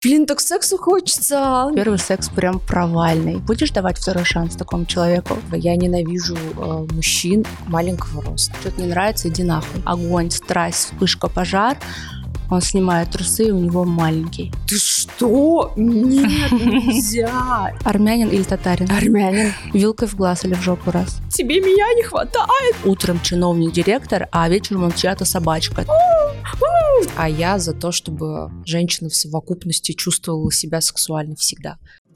Блин, так сексу хочется. Первый секс прям провальный. Будешь давать второй шанс такому человеку? Я ненавижу мужчин маленького роста. Что-то не нравится, иди нахуй. Огонь, страсть, вспышка, пожар. Он снимает трусы, и у него маленький. Ты что? Нет, нельзя. Армянин или татарин? Армянин. Вилкой в глаз или в жопу раз. Тебе меня не хватает. Утром чиновник-директор, а вечером он чья-то собачка. А я за то, чтобы женщина в совокупности чувствовала себя сексуально всегда.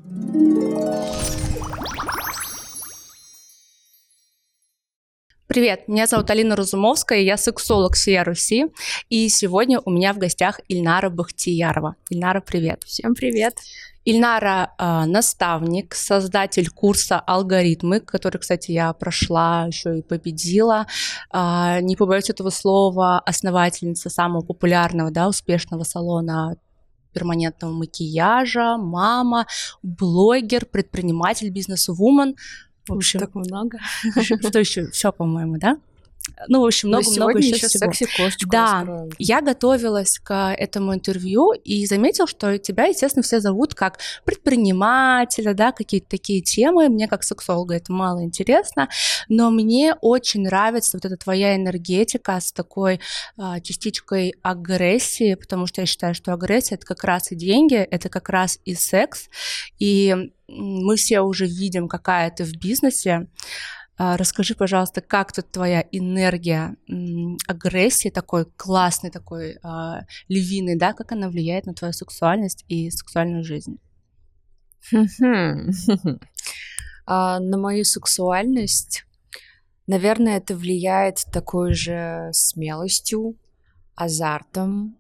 Привет, меня зовут Алина Разумовская, я сексолог всей Руси, и сегодня у меня в гостях Ильнара Бахтиярова. Ильнара, привет. Всем привет. Ильнара наставник, создатель курса «Алгоритмы», который, кстати, я прошла, еще и победила. Не побоюсь этого слова, основательница самого популярного, успешного салона перманентного макияжа, мама, блогер, предприниматель, бизнес-вумен. В общем, так много. Что еще? Все, по-моему, да? Ну, в общем, много-много еще всего. Секси-кошечку Да, раскроем. я готовилась к этому интервью и заметила, что тебя, естественно, все зовут как предпринимателя, какие-то такие темы. Мне как сексолога это мало интересно, но мне очень нравится вот эта твоя энергетика с такой частичкой агрессии, потому что я считаю, что агрессия — это как раз и деньги, это как раз и секс, и мы все уже видим, какая ты в бизнесе. Расскажи, пожалуйста, как тут твоя энергия агрессии, такой классный, такой львиный, как она влияет на твою сексуальность и сексуальную жизнь? На мою сексуальность, наверное, это влияет такой же смелостью, азартом.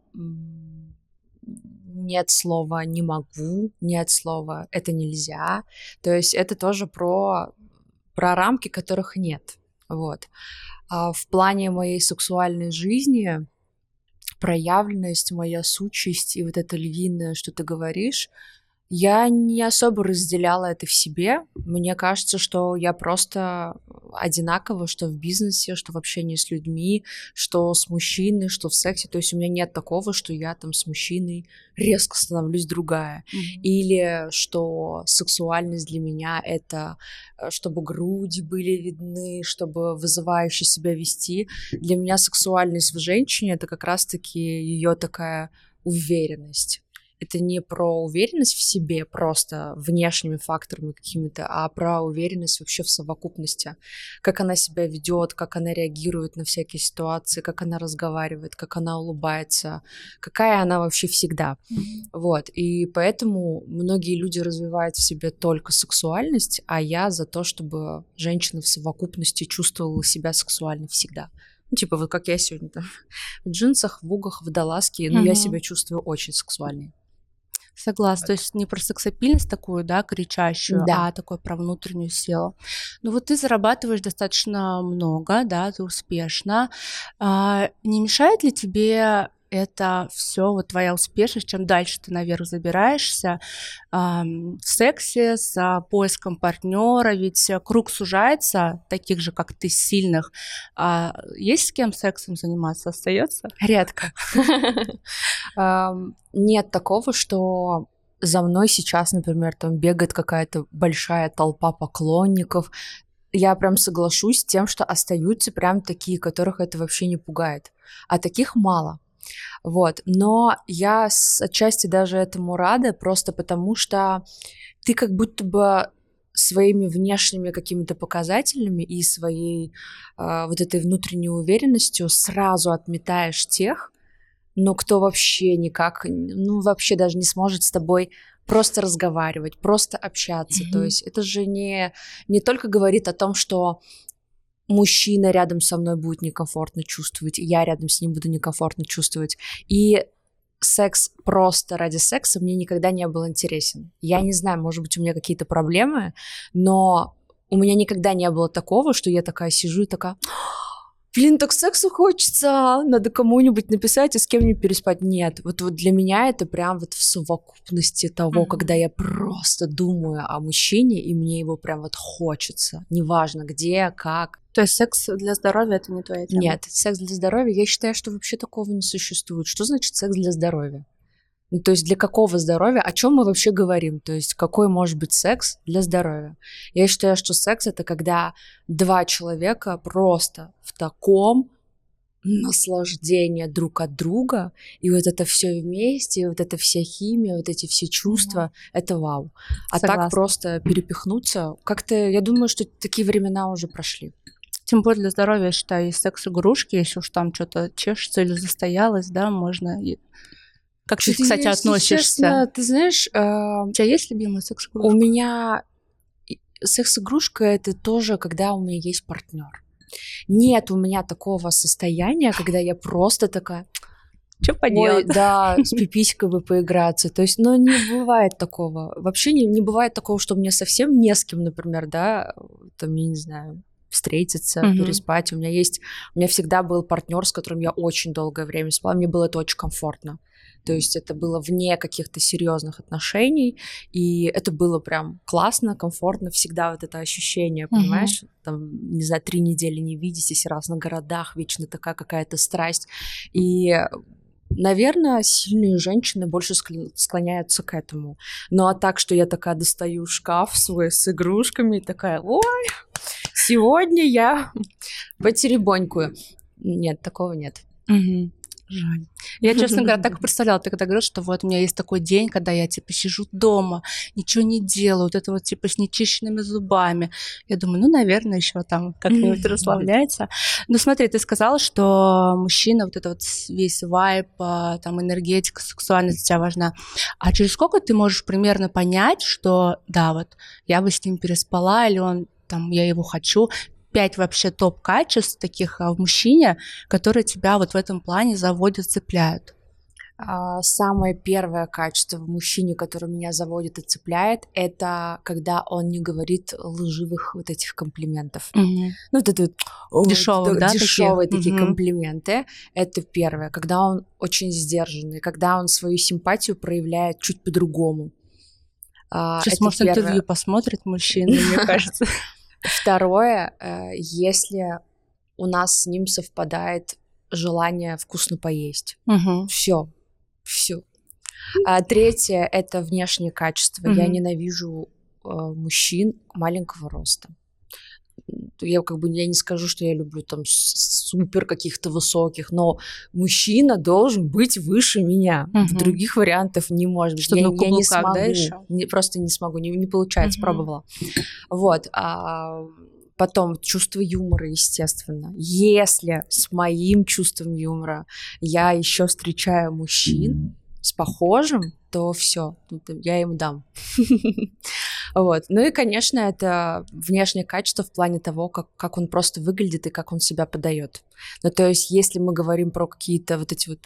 Нет слова «не могу», нет слова «это нельзя». То есть это тоже про рамки, которых нет. Вот. А в плане моей сексуальной жизни проявленность, моя сущность и вот это львиное, что ты говоришь, я не особо разделяла это в себе. Мне кажется, что я просто одинаково, что в бизнесе, что в общении с людьми, что с мужчиной, что в сексе. То есть у меня нет такого, что я там с мужчиной резко становлюсь другая. Или что сексуальность для меня — это чтобы груди были видны, чтобы вызывающе себя вести. Для меня сексуальность в женщине — это как раз-таки ее такая уверенность. Это не про уверенность в себе просто внешними факторами какими-то, а про уверенность вообще в совокупности. Как она себя ведет, как она реагирует на всякие ситуации, как она разговаривает, как она улыбается, какая она вообще всегда. Вот. И поэтому многие люди развивают в себе только сексуальность, а я за то, чтобы женщина в совокупности чувствовала себя сексуально всегда. Типа вот как я сегодня там в джинсах, в угах, в водолазке, но я себя чувствую очень сексуальной. Согласна, то есть не про сексапильность такую, кричащую, а такой про внутреннюю силу. Ну вот ты зарабатываешь достаточно много, ты успешна. Не мешает ли тебе это все, вот твоя успешность, чем дальше ты наверх забираешься в сексе с поиском партнера, ведь круг сужается, таких же, как ты, сильных. Есть с кем сексом заниматься? Остается? Редко. Нет такого, что за мной сейчас, например, там бегает какая-то большая толпа поклонников. Я прям соглашусь с тем, что остаются прям такие, которых это вообще не пугает. А таких мало. Вот. Но я отчасти даже этому рада, просто потому что ты как будто бы своими внешними какими-то показателями и своей вот этой внутренней уверенностью сразу отметаешь тех, но кто вообще никак, вообще даже не сможет с тобой просто разговаривать, просто общаться. То есть это же не только говорит о том, что мужчина рядом со мной будет некомфортно чувствовать, я рядом с ним буду некомфортно чувствовать. И секс просто ради секса мне никогда не был интересен. Я не знаю, может быть, у меня какие-то проблемы, но у меня никогда не было такого, что я такая сижу и такая: блин, так сексу хочется, надо кому-нибудь написать и с кем-нибудь переспать. Нет, вот для меня это прям вот в совокупности того, когда я просто думаю о мужчине, и мне его прям вот хочется, неважно где, как. То есть секс для здоровья — это не твоя тема? Нет, секс для здоровья, я считаю, что вообще такого не существует. Что значит секс для здоровья? Ну, то есть для какого здоровья? О чем мы вообще говорим? То есть какой может быть секс для здоровья? Я считаю, что секс — это когда два человека просто в таком наслаждении друг от друга, и вот это все вместе, и вот эта вся химия, вот эти все чувства, это вау. А Согласна. так просто перепихнуться, как-то, я думаю, что такие времена уже прошли. Тем более для здоровья, я считаю, есть секс-игрушки, если уж там что-то чешется или застоялось, да, можно... Как ты, кстати, относишься? Честно, ты знаешь, У тебя есть любимая секс-игрушка? у меня секс-игрушка — это тоже, когда у меня есть партнер. Нет у меня такого состояния, когда я просто такая... Что поделать? Ой, да, с пиписькой бы поиграться. То есть, ну, не бывает такого. Вообще не бывает такого, что мне совсем не с кем, например, да, там, я не знаю, встретиться, переспать. У меня всегда был партнер, с которым я очень долгое время спала. Мне было это очень комфортно. То есть это было вне каких-то серьезных отношений, и это было прям классно, комфортно, всегда вот это ощущение, понимаешь? Там, не знаю, 3 недели не видитесь, раз на городах, вечно такая какая-то страсть. И, наверное, сильные женщины больше склоняются к этому. Ну а так, что я такая достаю шкаф свой с игрушками, и такая, ой, сегодня я потеребонькую. Нет, такого нет. Жаль. Я, честно говоря, так и представляла, ты когда говоришь, что вот у меня есть такой день, когда я, типа, сижу дома, ничего не делаю, вот это вот, типа, с нечищенными зубами. Я думаю, ну, наверное, еще там как-нибудь расслабляется. Ну, смотри, ты сказала, что мужчина, вот это вот весь вайб, там, энергетика, сексуальность для тебя важна. А через сколько ты можешь примерно понять, что, да, вот, я бы с ним переспала, или он, там, я его хочу, 5 вообще топ-качеств таких в мужчине, которые тебя вот в этом плане заводят, цепляют? Самое первое качество в мужчине, которое меня заводит и цепляет, это когда он не говорит лживых вот этих комплиментов. Ну, вот это вот дешевые такие комплименты. Это первое. Когда он очень сдержанный, когда он свою симпатию проявляет чуть по-другому. Сейчас, может, интервью посмотрит мужчина, мне кажется. Второе, если у нас с ним совпадает желание вкусно поесть. Все. Третье — это внешние качества. Я ненавижу мужчин маленького роста. Я не скажу, что я люблю там супер каких-то высоких, но мужчина должен быть выше меня. Других вариантов не может быть. Я не смогу. Да, просто не смогу, не получается, пробовала. Вот. Потом чувство юмора, естественно. Если с моим чувством юмора я еще встречаю мужчин с похожим, то все, я им дам. Вот. Ну и, конечно, это внешнее качество в плане того, как он просто выглядит и как он себя подает. Ну, то есть, если мы говорим про какие-то вот эти вот,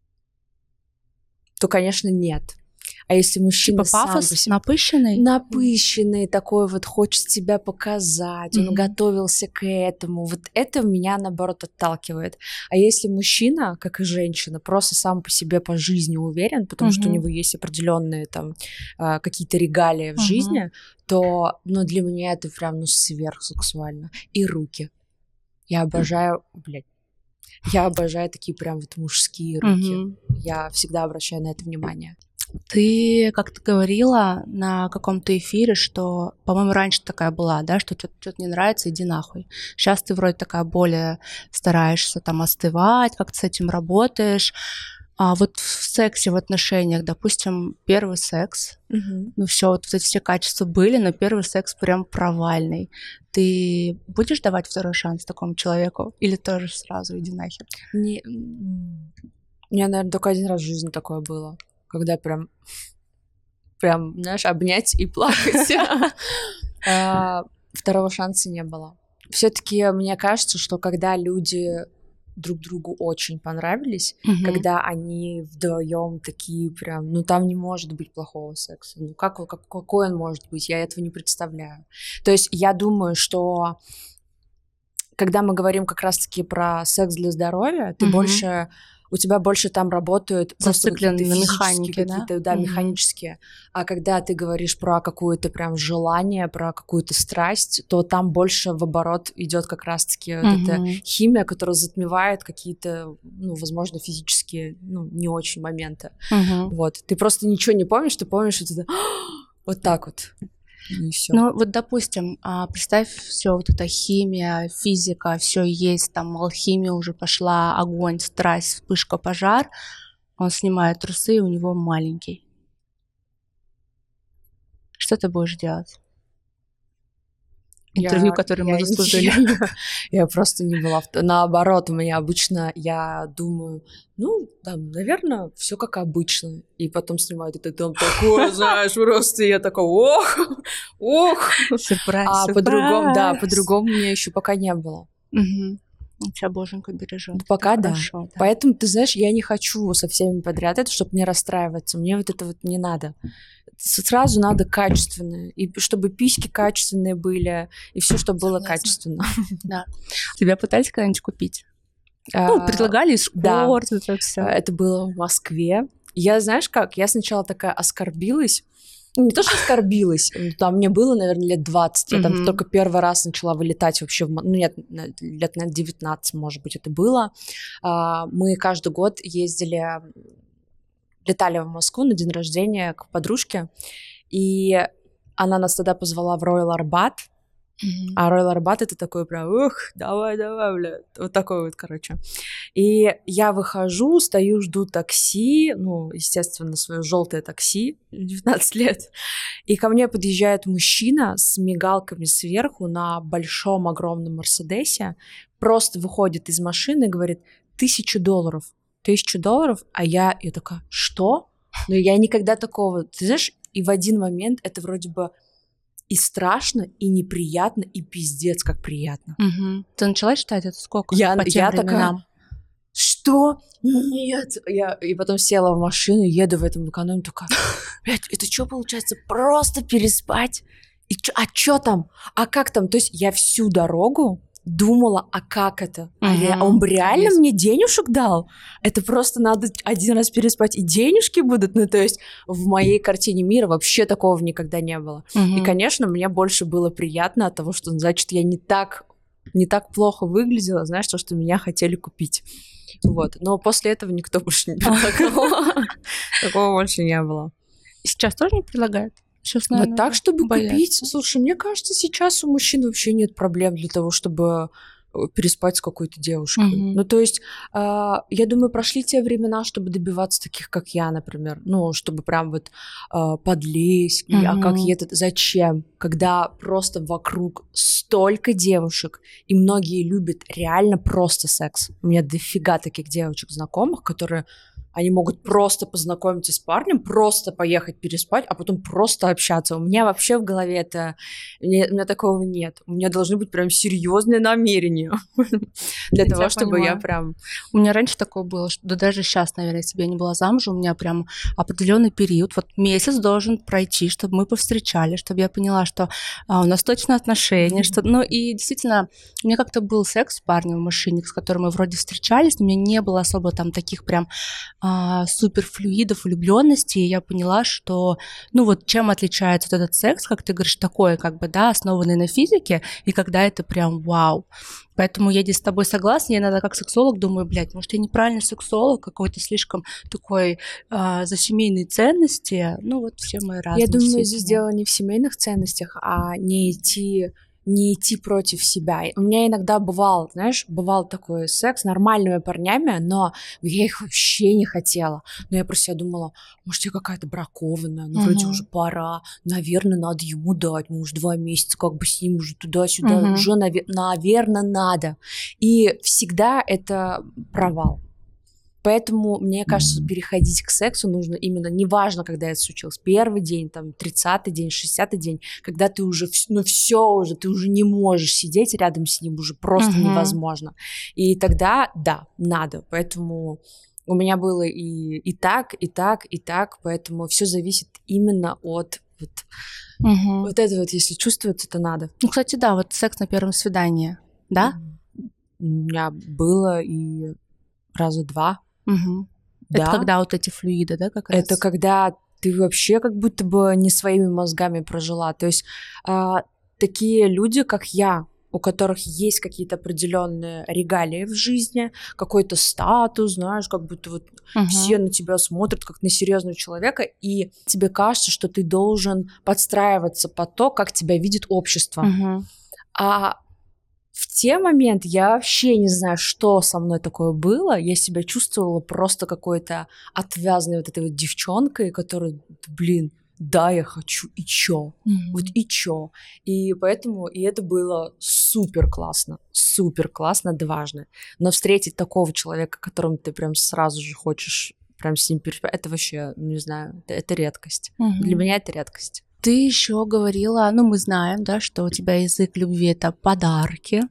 то, конечно, нет. А если мужчина типа пафос напыщенный? Напыщенный, такой вот хочет себя показать, он готовился к этому, вот это меня, наоборот, отталкивает. А если мужчина, как и женщина, просто сам по себе по жизни уверен, потому что у него есть определенные там какие-то регалии в жизни, то, ну, для меня это прям, сверхсексуально. И руки. Я обожаю, я обожаю такие прям вот мужские руки. Я всегда обращаю на это внимание. Ты как-то говорила на каком-то эфире, что, по-моему, раньше такая была, да, что что-то не нравится, иди нахуй. Сейчас ты вроде такая более стараешься там остывать, как ты с этим работаешь. А вот в сексе, в отношениях, допустим, первый секс, ну все, вот эти все качества были, но первый секс прям провальный. Ты будешь давать второй шанс такому человеку? Или тоже сразу иди нахер? У меня, наверное, только один раз в жизни такое было. Когда прям, знаешь, обнять и плакать. Второго шанса не было. Все-таки мне кажется, что когда люди друг другу очень понравились, когда они вдвоем такие прям, ну там не может быть плохого секса. Ну какой он может быть? Я этого не представляю. То есть я думаю, что когда мы говорим как раз-таки про секс для здоровья, ты больше у тебя больше там работают просто зациклены на механике, какие-то, да, механические. А когда ты говоришь про какое-то прям желание, про какую-то страсть, то там больше в оборот идет как раз-таки вот эта химия, которая затмевает какие-то, ну, возможно, физические, ну, не очень моменты. Вот. Ты просто ничего не помнишь, ты помнишь вот так вот. Ну, вот, допустим, представь, все вот эта химия, физика, все есть, там алхимия уже пошла, огонь, страсть, вспышка, пожар. Он снимает трусы, и у него маленький. Что ты будешь делать? Интервью, которое мы заслужили. Я просто не была... Наоборот, у меня обычно, я думаю, ну, там, наверное, все как обычно. И потом снимают это, там такое, знаешь, просто я такая, ох. Сюрприз, а по-другому, да, по-другому у меня еще пока не было. Тебя боженька бережет. Пока хорошо, да. Поэтому, ты знаешь, я не хочу со всеми подряд это, чтобы не расстраиваться. Мне вот это вот не надо. Сразу надо качественное. И чтобы письки качественные были, и все, чтобы было качественно. Да. Тебя пытались когда-нибудь купить? Ну, предлагали эскорт, да. это все. Это было в Москве. Я, знаешь как, я сначала такая оскорбилась. Не то, что оскорбилась, там мне было, наверное, лет 20, я там только первый раз начала вылетать вообще, ну, нет, лет, наверное, 19, может быть, это было. Мы каждый год летали в Москву на день рождения к подружке, и она нас тогда позвала в Роял Арбат, а Роял Арбат это такой прям, давай, бля, вот такой вот, короче. И я выхожу, стою, жду такси, ну, естественно, свое желтое такси, 19 лет, и ко мне подъезжает мужчина с мигалками сверху на большом огромном Мерседесе, просто выходит из машины и говорит: $1000. $1000, а я такая, что? Но я никогда такого, ты знаешь, и в один момент это вроде бы и страшно, и неприятно, и пиздец, как приятно. Ты начала считать это сколько? Я такая, что? Нет. И потом села в машину, еду в этом экономе, такая, блядь, это что получается? Просто переспать? А что там? А как там? То есть я всю дорогу думала, а как это? А он бы реально мне денежек дал? Это просто надо один раз переспать, и денежки будут? Ну, то есть в моей картине мира вообще такого никогда не было. И, конечно, мне больше было приятно от того, что, значит, я не так плохо выглядела, знаешь, то, что меня хотели купить. Вот. Но после этого никто больше не предлагал. Такого больше не было. И сейчас тоже не предлагают? Сейчас, наверное, вот так, чтобы купить. Слушай, мне кажется, сейчас у мужчин вообще нет проблем для того, чтобы переспать с какой-то девушкой. Ну, то есть, я думаю, прошли те времена, чтобы добиваться таких, как я, например. Ну, чтобы прям вот подлезть. А как это? Зачем? Когда просто вокруг столько девушек, и многие любят реально просто секс. У меня дофига таких девочек знакомых, которые... Они могут просто познакомиться с парнем, просто поехать переспать, а потом просто общаться. У меня вообще в голове у меня такого нет. У меня должны быть прям серьезные намерения для того, чтобы я прям... У меня раньше такое было, что даже сейчас, наверное, если бы я не была замужем, у меня прям определенный период, вот месяц должен пройти, чтобы мы повстречались, чтобы я поняла, что у нас точно отношения, что... Ну и действительно, у меня как-то был секс с парнем в машине, с которым мы вроде встречались, но у меня не было особо там таких прям суперфлюидов, влюбленности, и я поняла, что, ну вот чем отличается вот этот секс, как ты говоришь, такой, как бы, да, основанный на физике, и когда это прям вау. Поэтому я здесь с тобой согласна, я иногда как сексолог думаю, блядь, может, я неправильный сексолог, какой-то слишком такой за семейные ценности, ну вот все мои разные. Я думаю, здесь дело не в семейных ценностях, а не идти против себя. У меня иногда бывал такой секс с нормальными парнями, но я их вообще не хотела. Но я про себя думала, может, я какая-то бракованная, ну, вроде уже пора, наверное, надо ему дать, мы уже 2 месяца как бы с ним уже туда-сюда, уже, наверное, надо. И всегда это провал. Поэтому, мне кажется, переходить к сексу нужно именно, неважно, когда это случилось, 1-й день, там, 30-й день, 60-й день, когда ты уже, ты уже не можешь сидеть рядом с ним, уже просто невозможно. И тогда, да, надо. Поэтому у меня было и так, поэтому все зависит именно от вот это вот, если чувствуется, то надо. Ну, кстати, да, вот секс на первом свидании, да? У меня было и раза 2. Мгм. Да, Это когда вот эти флюиды, да, как раз? это когда ты вообще как будто бы не своими мозгами прожила. То есть такие люди, как я, у которых есть какие-то определенные регалии в жизни, какой-то статус, знаешь, как будто вот все на тебя смотрят как на серьезного человека, и тебе кажется, что ты должен подстраиваться под то, как тебя видит общество. Мгм. А в те моменты я вообще не знаю, что со мной такое было. Я себя чувствовала просто какой-то отвязной вот этой вот девчонкой, которая, блин, да, я хочу, и чё? Мгм. Вот и чё? И поэтому, и это было супер классно, дважно. Но встретить такого человека, которому ты прям сразу же хочешь прям с ним это вообще, не знаю, это редкость. Для Мгм. меня это редкость. Ты еще говорила, ну, мы знаем, да, что у тебя язык любви — это подарки.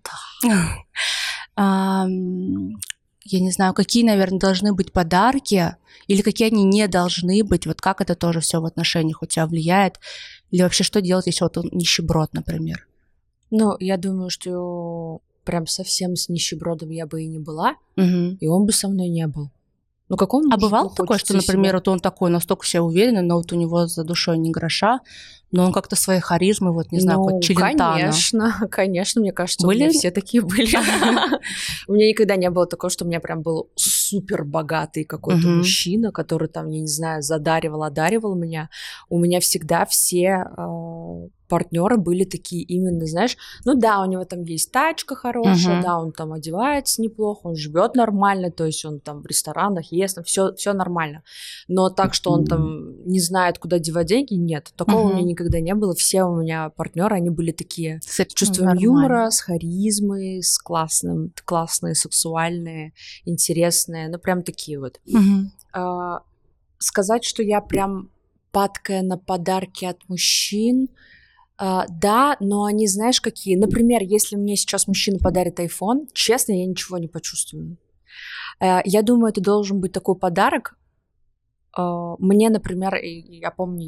Я не знаю, какие, наверное, должны быть подарки, или какие они не должны быть, вот как это тоже все в отношениях у тебя влияет, или вообще что делать, если вот он нищеброд, например? Ну, я думаю, что прям совсем с нищебродом я бы и не была, Мгм. и он бы со мной не был. Ну, какому А мужику бывало такое, что, хочется например, себя... вот он такой настолько в себе уверенный, но вот у него за душой ни гроша, но он как-то своей харизмой, вот не знаю, как Ну, Челентано. конечно, мне кажется, у Были? меня все такие были. У меня никогда не было такого, что у меня прям был супер богатый какой-то Мгм. мужчина, который там, я не знаю, одаривал меня. У меня всегда все партнеры были такие именно, знаешь, ну да, у него там есть тачка хорошая, Мгм. да, он там одевается неплохо, он живет нормально, то есть он там в ресторанах ест, все нормально. Но так, что он там не знает, куда девать деньги, нет, такого у меня Мгм. никогда не было. Все у меня партнеры, они были такие Кстати, с чувством нормально. юмора, с харизмой, с классные, сексуальные, интересные, ну прям такие вот. Мгм. Сказать, что я прям падкая на подарки от мужчин, да, но они, знаешь, какие? Например, если мне сейчас мужчина подарит iPhone, честно, я ничего не почувствую. Я думаю, это должен быть такой подарок. Мне, например, я помню,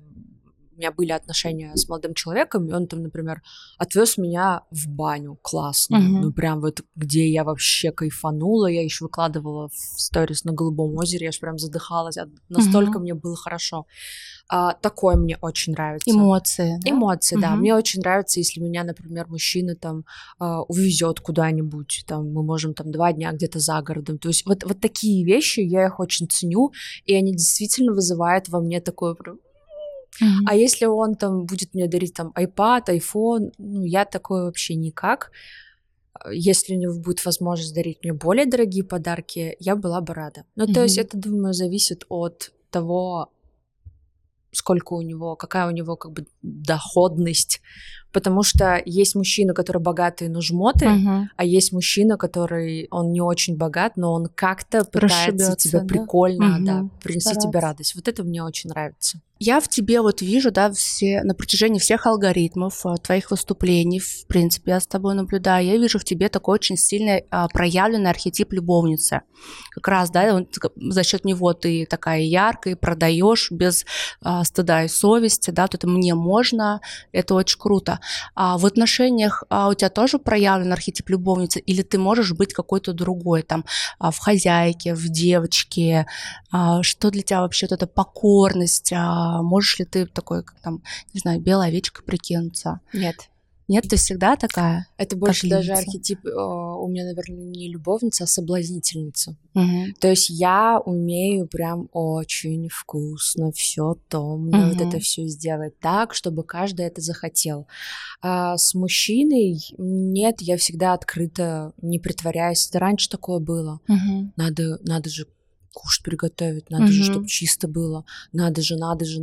у меня были отношения с молодым человеком, и он там, например, отвез меня в баню классную, Мгм. ну прям вот где я вообще кайфанула, я еще выкладывала в сторис на Голубом озере, я же прям задыхалась, настолько Мгм. мне было хорошо. Такое мне очень нравится. Эмоции, да? Эмоции, да. Мгм. Мне очень нравится, если меня, например, мужчина там увезет куда-нибудь, там мы можем там 2 дня где-то за городом. То есть вот такие вещи я их очень ценю, и они действительно вызывают во мне такое прям... Мгм. А если он там будет мне дарить там iPad, iPhone, ну я такое вообще никак. Если у него будет возможность дарить мне более дорогие подарки, я была бы рада. Ну то есть Мгм. это, думаю, зависит от того, сколько у него, какая у него как бы доходность. Потому что есть мужчина, который богатый, но жмоты, Мгм. а есть мужчина, который, он не очень богат, но он как-то пытается тебя Расшибется, да? прикольно, да, Мгм. принести тебе Стараться. радость. Вот это мне очень нравится. Я в тебе вот вижу, да, на протяжении всех алгоритмов твоих выступлений, в принципе, я с тобой наблюдаю, я вижу в тебе такой очень сильный проявленный архетип любовницы. Как раз, да, за счет него ты такая яркая, продаешь без стыда и совести, да, вот это мне можно, это очень круто. А в отношениях у тебя тоже проявлен архетип любовницы, или ты можешь быть какой-то другой, там, в хозяйке, в девочке, что для тебя вообще вот эта покорность? Можешь ли ты такой, как там, не знаю, белой овечкой прикинуться? Нет. Нет, ты всегда такая? Это Как больше даже львица? архетип у меня, наверное, не любовница, а соблазнительница. Мгм. То есть я умею прям очень вкусно все томно, вот это Мгм. все сделать так, чтобы каждый это захотел. А с мужчиной нет, я всегда открыто не притворяюсь. Это раньше такое было. Мгм. Надо же кушать приготовить, надо же, чтобы Мгм. чисто было, надо же,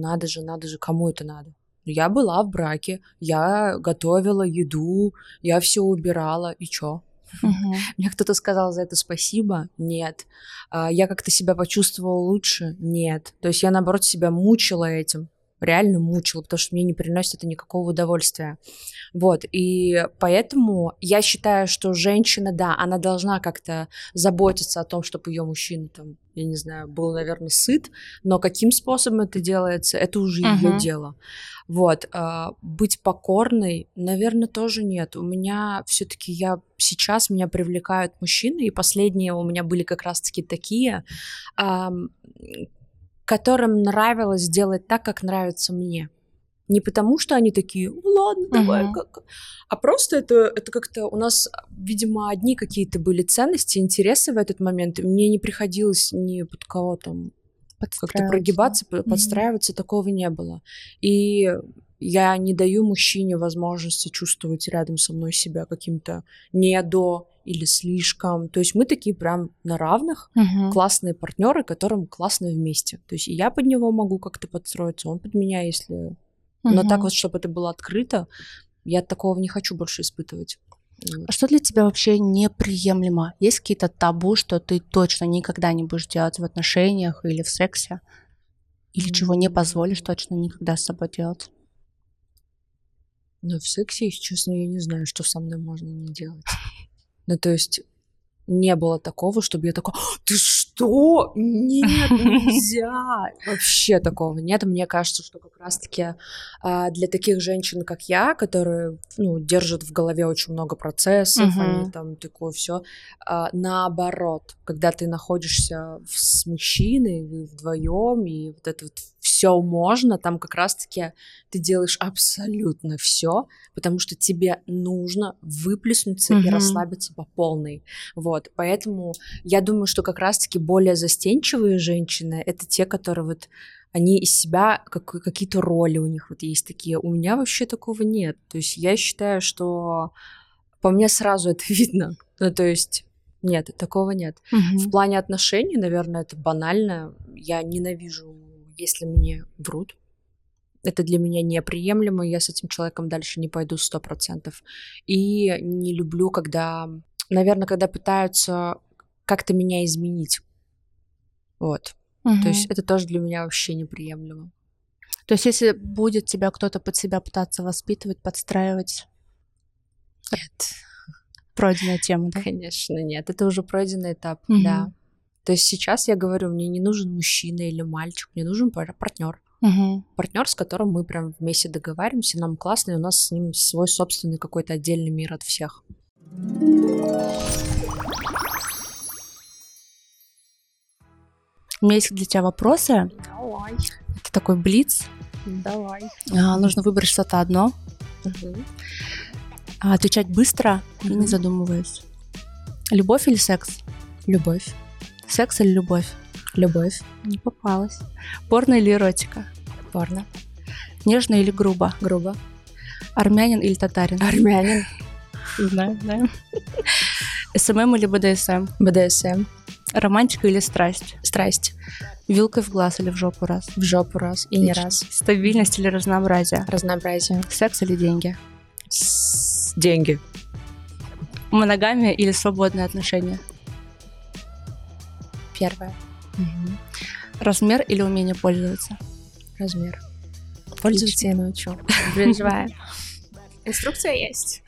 кому это надо? Я была в браке, я готовила еду, я все убирала, и чё? Мгм. Мне кто-то сказал за это спасибо? Нет. Я как-то себя почувствовала лучше? Нет. То есть я, наоборот, себя мучила этим. реально мучило, потому что мне не приносит это никакого удовольствия. Вот, и поэтому я считаю, что женщина, да, она должна как-то заботиться о том, чтобы ее мужчина там, я не знаю, был, наверное, сыт, но каким способом это делается, это уже ее дело. Вот, быть покорной, наверное, тоже нет. У меня все-таки сейчас меня привлекают мужчины, и последние у меня были как раз-таки такие, которым нравилось делать так, как нравится мне. Не потому, что они такие, ладно, давай, а просто это как-то у нас, видимо, одни какие-то были ценности, интересы в этот момент, и мне не приходилось ни под кого там как-то прогибаться, подстраиваться, такого не было. И я не даю мужчине возможности чувствовать рядом со мной себя каким-то недо или слишком. То есть мы такие прям на равных, классные партнеры, которым классно вместе. То есть и я под него могу как-то подстроиться, он под меня, если... Но так вот, чтобы это было открыто, я такого не хочу больше испытывать. А что для тебя вообще неприемлемо? Есть какие-то табу, что ты точно никогда не будешь делать в отношениях или в сексе? Или чего не позволишь точно никогда с собой делать? Ну, в сексе, если честно, я не знаю, что со мной можно не делать. Ну, то есть не было такого, чтобы я такая, ты что? Нет, нельзя. Вообще такого нет. Мне кажется, что как раз-таки для таких женщин, как я, которые, держат в голове очень много процессов, они там такое все, наоборот, когда ты находишься с мужчиной, вы вдвоем, и вот это вот все можно, там как раз-таки ты делаешь абсолютно все, потому что тебе нужно выплеснуться и расслабиться по полной. Вот, поэтому я думаю, что как раз-таки более застенчивые женщины — это те, которые вот, они из себя, какие-то роли у них вот есть такие. У меня вообще такого нет. То есть я считаю, что по мне сразу это видно. Ну, то есть нет, такого нет. В плане отношений, наверное, это банально. Я ненавижу, если мне врут. Это для меня неприемлемо, я с этим человеком дальше не пойду 100%. И не люблю, когда пытаются как-то меня изменить. Вот. То есть это тоже для меня вообще неприемлемо. То есть если будет тебя кто-то под себя пытаться воспитывать, подстраивать? Нет. Пройденная тема, да? Конечно, нет. Это уже пройденный этап, да. То есть сейчас я говорю, мне не нужен мужчина или мальчик, мне нужен партнер. Партнер, с которым мы прям вместе договариваемся, нам классно, и у нас с ним свой собственный какой-то отдельный мир от всех. У меня есть для тебя вопросы. Давай. Это такой блиц. Давай. Нужно выбрать что-то одно. Отвечать быстро и не задумываясь. Любовь или секс? Любовь. Секс или любовь? Любовь. Не попалась. Порно или эротика? Порно. Нежно или грубо? Грубо. Армянин или татарин? Армянин. Знаю. СММ или БДСМ? БДСМ. Романтика или страсть? Страсть. Вилкой в глаз или в жопу раз? В жопу раз. И не раз. Стабильность или разнообразие? Разнообразие. Секс или деньги? Деньги. Моногамия или свободные отношения? Первое. Размер или умение пользоваться? Размер. Пользоваться я научу. Переживаю. Инструкция есть.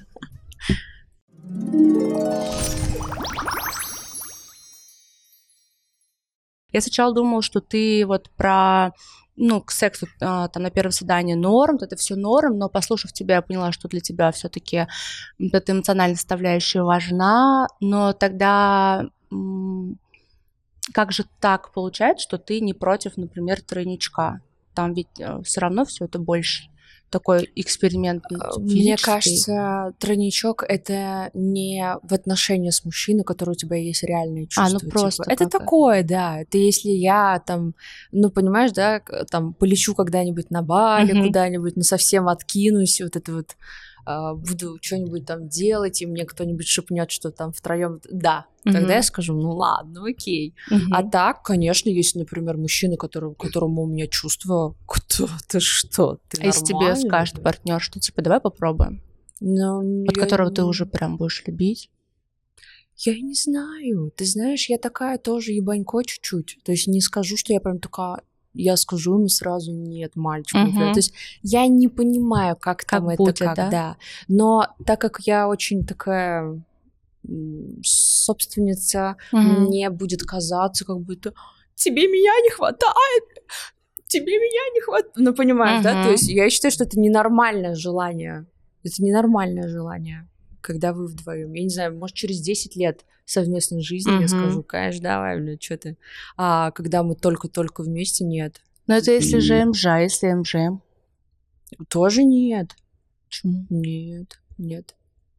Я сначала думала, что ты вот про, к сексу там на первом свидании норм, это все норм, но послушав тебя, я поняла, что для тебя все-таки эта эмоциональная составляющая важна, но тогда как же так получается, что ты не против, например, тройничка? Там ведь все равно все это больше такой эксперимент физический. Мне кажется, тройничок — это не в отношении с мужчиной, который у тебя есть реальные чувства. Просто это такое, да. Это если я там, понимаешь, да, там полечу когда-нибудь на Бали, куда-нибудь, совсем откинусь, вот это вот буду что-нибудь там делать, и мне кто-нибудь шепнет, что там втроем, да, тогда я скажу, ладно, окей. А так, конечно, если, например, мужчина, которому у меня чувства, кто ты, что ты, а если тебе скажет партнер, что типа давай попробуем, от которого ты уже прям будешь любить? Я не знаю, ты знаешь, я такая тоже ебанько чуть-чуть, то есть не скажу, что я прям такая я скажу ему сразу нет, мальчик. То есть я не понимаю, как там это, будет, как, да. Но так как я очень такая собственница, мне будет казаться, как будто тебе меня не хватает, тебе меня не хватает. Ну, понимаешь, да? То есть я считаю, что это ненормальное желание. Это ненормальное желание, когда вы вдвоем. Я не знаю, может, через 10 лет совместной жизни я скажу, конечно, давай, блин, что ты. А когда мы только-только вместе, нет. Но это если ЖМЖ, а если МЖМ? Тоже нет. Почему? Нет.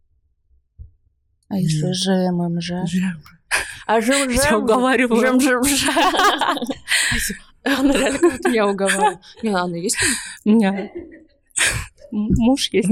А если ЖММЖ? А ЖМЖ? Я уговариваю. ЖМЖ. Она реально как-то меня уговаривает. Не, Анна, есть там? Нет. Муж есть?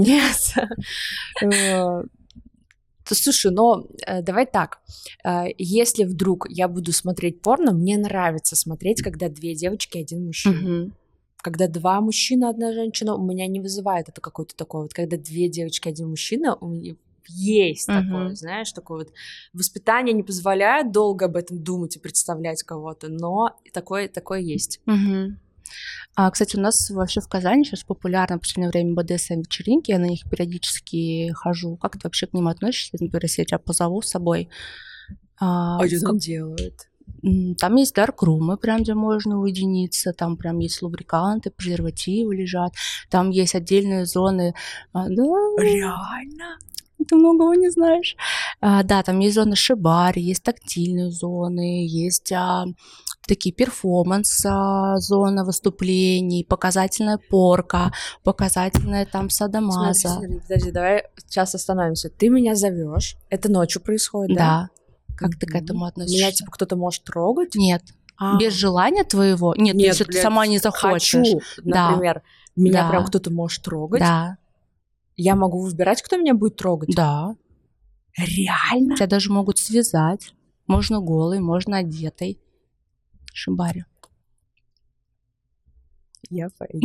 Нет. Слушай, но давай так. Если вдруг я буду смотреть порно, мне нравится смотреть, когда 2 девочки, 1 мужчина. Когда 2 мужчины, 1 женщина, у меня не вызывает это какое-то такое. Вот когда 2 девочки, 1 мужчина, у меня есть такое, знаешь, такое вот воспитание не позволяет долго об этом думать и представлять кого-то, но такое есть. Кстати, у нас вообще в Казани сейчас популярно в последнее время БДСМ-вечеринки, я на них периодически хожу. Как ты вообще к ним относишься? Например, если я тебя позову с собой. А что там делают? Там есть даркрумы, прям где можно уединиться, там прям есть лубриканты, презервативы лежат, там есть отдельные зоны. Да, реально? Ты многого не знаешь. Да, там есть зоны шибари, есть тактильные зоны, есть такие перформанс-зона выступлений, показательная порка, показательная там садомаза. Смотри, подожди, давай сейчас остановимся. Ты меня зовешь, это ночью происходит, да? Да. Как ты к этому относишься? Меня, типа, кто-то может трогать? Нет. Без желания твоего? Нет, если ты сама не захочешь. Хочу, например. Меня прям кто-то может трогать? Да. Я могу выбирать, кто меня будет трогать? Да. Реально? Тебя даже могут связать. Можно голой, можно одетой. Шибари. Я пойду.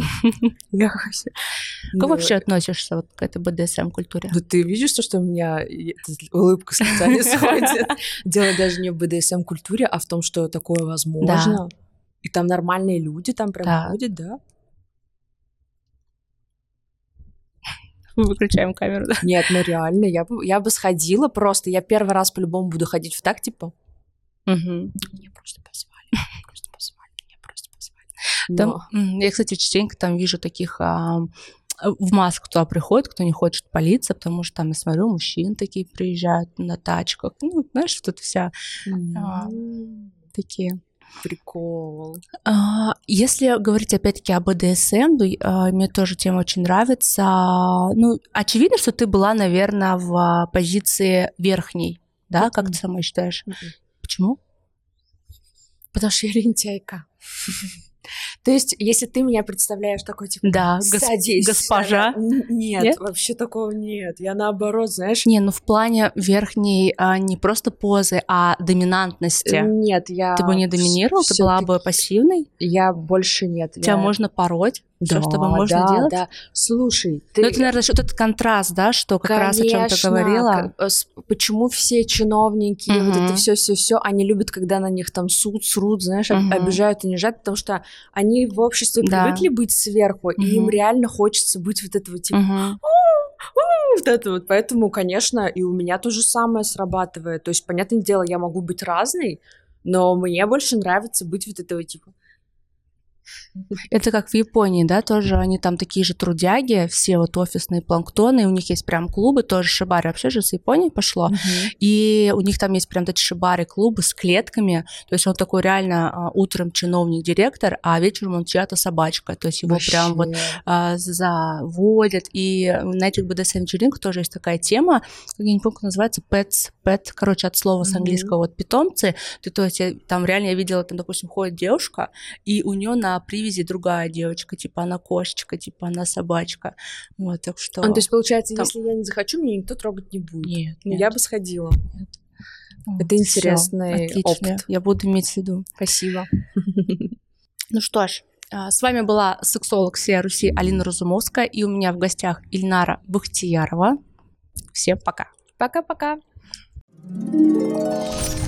Как вообще относишься вот к этой БДСМ-культуре? Да ты видишь, что у меня улыбка с лица не сходит. Дело даже не в БДСМ-культуре, а в том, что такое возможно. И там нормальные люди там прям ходят, да? Выключаем камеру, да? Нет, ну реально, я бы сходила просто. Я первый раз по-любому буду ходить в так, типа. Мне просто позвали. Там, я, кстати, частенько там вижу таких в масках туда приходят, кто не хочет палиться, потому что там, я смотрю, мужчин такие приезжают на тачках. Ну, знаешь, тут вся такие. Прикол. Если говорить опять-таки о БДСМ, мне тоже тема очень нравится. Ну, очевидно, что ты была, наверное, в позиции верхней, да? Как ты сама считаешь? Почему? Потому что я лентяйка. То есть, если ты меня представляешь такой, типа, да, садись, госпожа. Нет, вообще такого нет. Я наоборот, знаешь... Не, ну в плане верхней не просто позы, а доминантности. Нет, я... Ты бы не доминировала, ты была бы пассивной? Я больше нет. Тебя можно пороть? Все, что бы можно делать? Да. Слушай, ты... Ну, это, наверное, вот этот контраст, да, что как раз о чем ты говорила. Почему все чиновники, вот это все, они любят, когда на них там срут, знаешь, обижают, унижают, потому что они в обществе привыкли быть сверху, и им реально хочется быть вот этого типа... Вот это вот. Поэтому, конечно, и у меня то же самое срабатывает. То есть, понятное дело, я могу быть разной, но мне больше нравится быть вот этого типа... Это как в Японии, да, тоже они там такие же трудяги, все вот офисные планктоны, и у них есть прям клубы, тоже шибари, вообще же с Японии пошло, и у них там есть прям такие шибари-клубы с клетками, то есть он такой реально утром чиновник-директор, а вечером он чья-то собачка, то есть его вообще прям вот заводят, и на этих БДСМ-вечеринках тоже есть такая тема, я не помню, как называется, pet, короче, от слова с английского, вот питомцы, то есть там реально я видела, там, допустим, ходит девушка, и у нее на привязи другая девочка, типа она кошечка, типа она собачка. Вот, так что... то есть, получается, там... если я не захочу, меня никто трогать не будет? Нет. Я бы сходила. Нет. Это интересный опыт. Я буду иметь в виду. Спасибо. Ну что ж, с вами была сексолог всей Руси Алина Разумовская, и у меня в гостях Ильнара Бахтиярова. Всем пока. Пока-пока.